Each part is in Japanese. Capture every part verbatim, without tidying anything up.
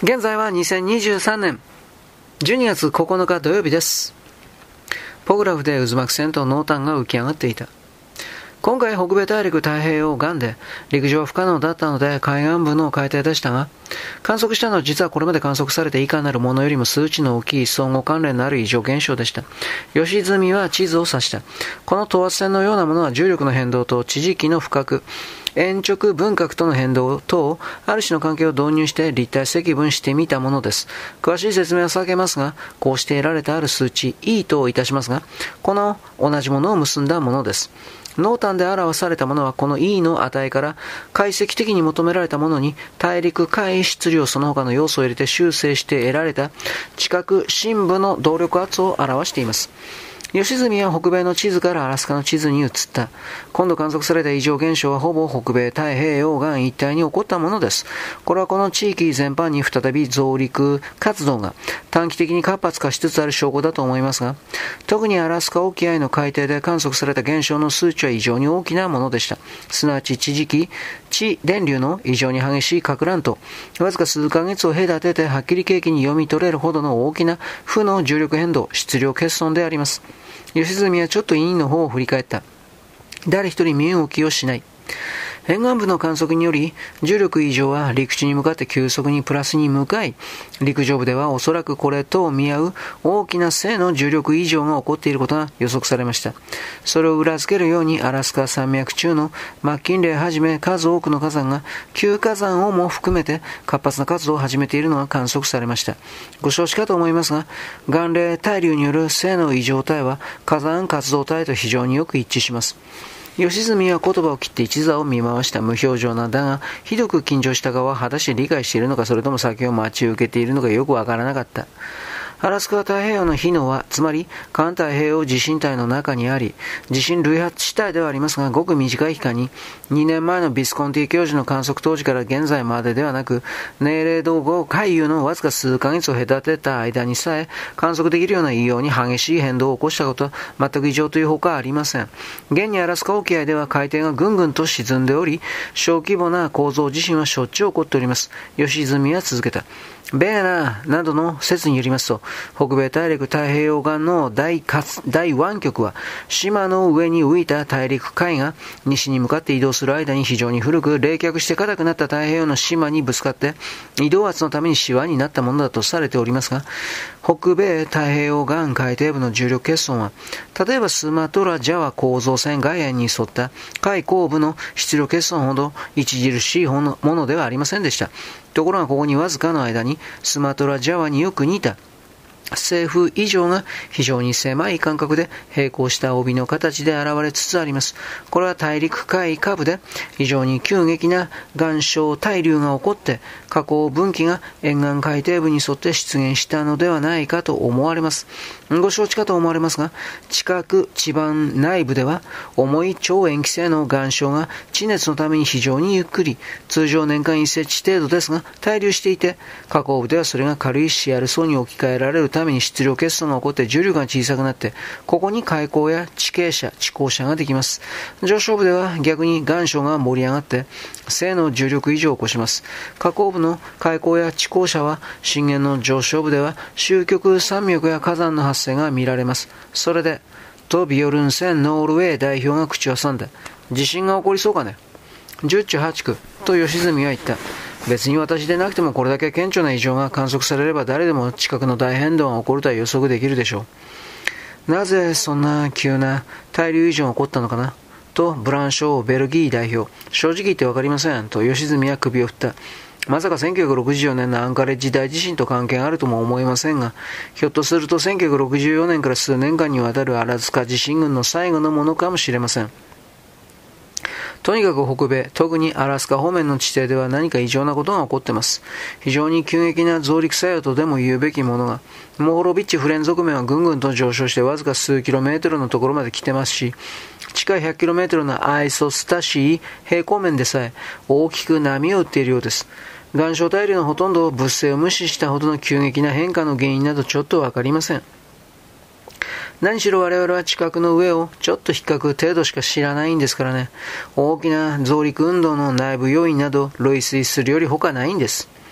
現在はにせんにじゅうさんねんじゅうにがつここのか土曜日です。ポグラフで渦巻く線と濃淡が浮き上がっていた。今回北米大陸太平洋岸で陸上は不可能だったので海岸部の海底でしたが、観測したのは実はこれまで観測されて以下なるものよりも数値の大きい相互関連のある異常現象でした。吉住は地図を指した。この等圧線のようなものは重力の変動と地磁気の負荷、鉛直分角との変動等、ある種の関係を導入して立体積分してみたものです。詳しい説明は避けますが、こうして得られたある数値 E といたしますが、この同じものを結んだものです。濃淡で表されたものはこの E の値から解析的に求められたものに大陸海質量その他の要素を入れて修正して得られた地殻深部の動力圧を表しています。吉住は北米の地図からアラスカの地図に移った。今度観測された異常現象はほぼ北米太平洋岸一帯に起こったものです。これはこの地域全般に再び増陸活動が短期的に活発化しつつある証拠だと思いますが、特にアラスカ沖合の海底で観測された現象の数値は異常に大きなものでした。すなわち地磁気、地電流の異常に激しい撹乱と、わずか数ヶ月を隔ててはっきり景気に読み取れるほどの大きな負の重力変動、質量欠損であります。吉住はちょっと委員の方を振り返った。誰一人身動きをしない。沿岸部の観測により重力異常は陸地に向かって急速にプラスに向かい、陸上部ではおそらくこれと見合う大きな正の重力異常が起こっていることが予測されました。それを裏付けるようにアラスカ山脈中のマッキンレーはじめ数多くの火山が旧火山をも含めて活発な活動を始めているのが観測されました。ご承知かと思いますが、岩冷対流による正の異常体は火山活動体と非常によく一致します。吉住は言葉を切って一座を見回した。無表情なんだが、ひどく緊張した側は果たして理解しているのか、それとも先を待ち受けているのかよくわからなかった。アラスカ太平洋の火の輪、つまり環太平洋地震帯の中にあり、地震類発地帯ではありますが、ごく短い期間に、にねんまえのビスコンティ教授の観測当時から現在までではなく、ネイレード後海遊のわずか数ヶ月を隔てた間にさえ、観測できるような異様に激しい変動を起こしたことは全く異常というほかありません。現にアラスカ沖合では海底がぐんぐんと沈んでおり、小規模な構造地震はしょっちゅう起こっております。吉住は続けた。ベーナーなどの説によりますと、北米大陸太平洋岸の大大湾曲は島の上に浮いた大陸海が西に向かって移動する間に非常に古く冷却して硬くなった太平洋の島にぶつかって移動圧のためにシワになったものだとされておりますが、北米太平洋岸海底部の重力欠損は例えばスマトラジャワ構造線外縁に沿った海後部の質量欠損ほど著しいものではありませんでした。ところがここにわずかの間にスマトラジャワによく似た西風以上が非常に狭い間隔で平行した帯の形で現れつつあります。これは大陸海下部で非常に急激な岩礁対流が起こって下降分岐が沿岸海底部に沿って出現したのではないかと思われます。ご承知かと思われますが、地殻地盤内部では重い超塩基性の岩礁が地熱のために非常にゆっくり、通常年間いちセンチ程度ですが対流していて、下降部ではそれが軽いシアル層に置き換えられるために質量欠損が起こって重力が小さくなって、ここに海溝や地傾斜、地降斜ができます。上昇部では逆に岩礁が盛り上がって正の重力異常を起こします。下降部の海溝や地降斜は震源の上昇部では終極山脈や火山の発生が見られます。それでトビオルンセンノルウェー代表が口を挟んだ。地震が起こりそうかね。十中八九と吉住は言った。別に私でなくてもこれだけ顕著な異常が観測されれば誰でも地殻の大変動が起こるとは予測できるでしょう。なぜそんな急な対流異常が起こったのかなとブランショーベルギー代表、正直言ってわかりませんと吉住は首を振った。まさかせんきゅうひゃくろくじゅうよねんのアンカレッジ大地震と関係があるとも思えませんが、ひょっとするとせんきゅうひゃくろくじゅうよねんから数年間にわたるアラスカ地震群の最後のものかもしれません。とにかく北米、特にアラスカ方面の地底では何か異常なことが起こっています。非常に急激な増陸作用とでも言うべきものが、モホロビッチフレン族面はぐんぐんと上昇してわずか数キロメートルのところまで来てますし、地下ひゃくキロメートルのアイソスタシー平行面でさえ大きく波を打っているようです。岩礁対流のほとんどを物性を無視したほどの急激な変化の原因などちょっとわかりません。何しろ我々は地殻の上をちょっと引っかく程度しか知らないんですからね。大きな増陸運動の内部要因など類推するより他ないんです。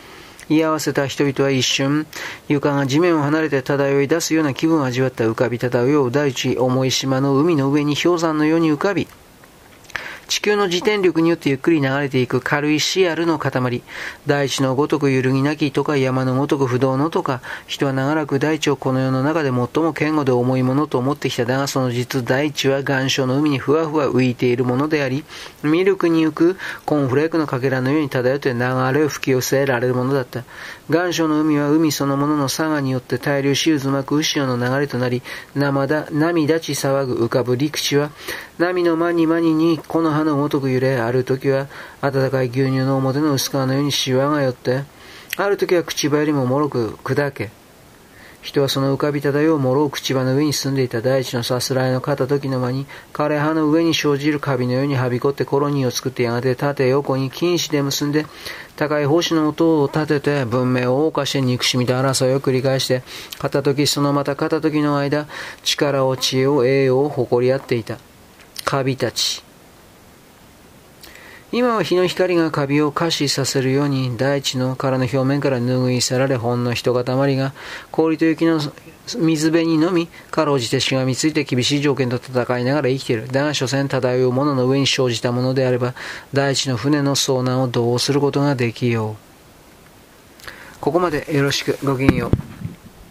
居合わせた人々は一瞬、床が地面を離れて漂い出すような気分を味わった。浮かび漂う大地、重い島の海の上に氷山のように浮かび、地球の自転力によってゆっくり流れていく軽いシアルの塊、大地のごとく揺るぎなきとか山のごとく不動のとか、人は長らく大地をこの世の中で最も堅固で重いものと思ってきた。だがその実大地は岩礁の海にふわふわ浮いているものであり、ミルクに浮くコーンフレークのかけらのように漂って流れを吹き寄せられるものだった。岩礁の海は海そのものの佐賀によって対流し渦巻く潮の流れとなり、涙ち騒ぐ浮かぶ陸地は波の間に間ににこの葉のごとく揺れ、ある時は温かい牛乳の表の薄皮のようにシワが寄って、ある時は口葉よりももろく砕け、人はその浮かび漂うもろう口葉の上に住んでいた。大地のさすらいの片時の間に枯葉の上に生じるカビのようにはびこってコロニーを作って、やがて縦横に菌糸で結んで高い星の音を立てて文明を謳歌して憎しみと争いを繰り返して、片時そのまた片時の間、力を知恵を栄養を誇り合っていた。カビたち。今は日の光がカビを可視させるように大地の殻の表面から拭い去られ、ほんの一塊が氷と雪の水辺にのみかろうじてしがみついて厳しい条件と戦いながら生きている。だが所詮漂うものの上に生じたものであれば、大地の船の遭難をどうすることができよう。ここまでよろしく。ごきげんよう。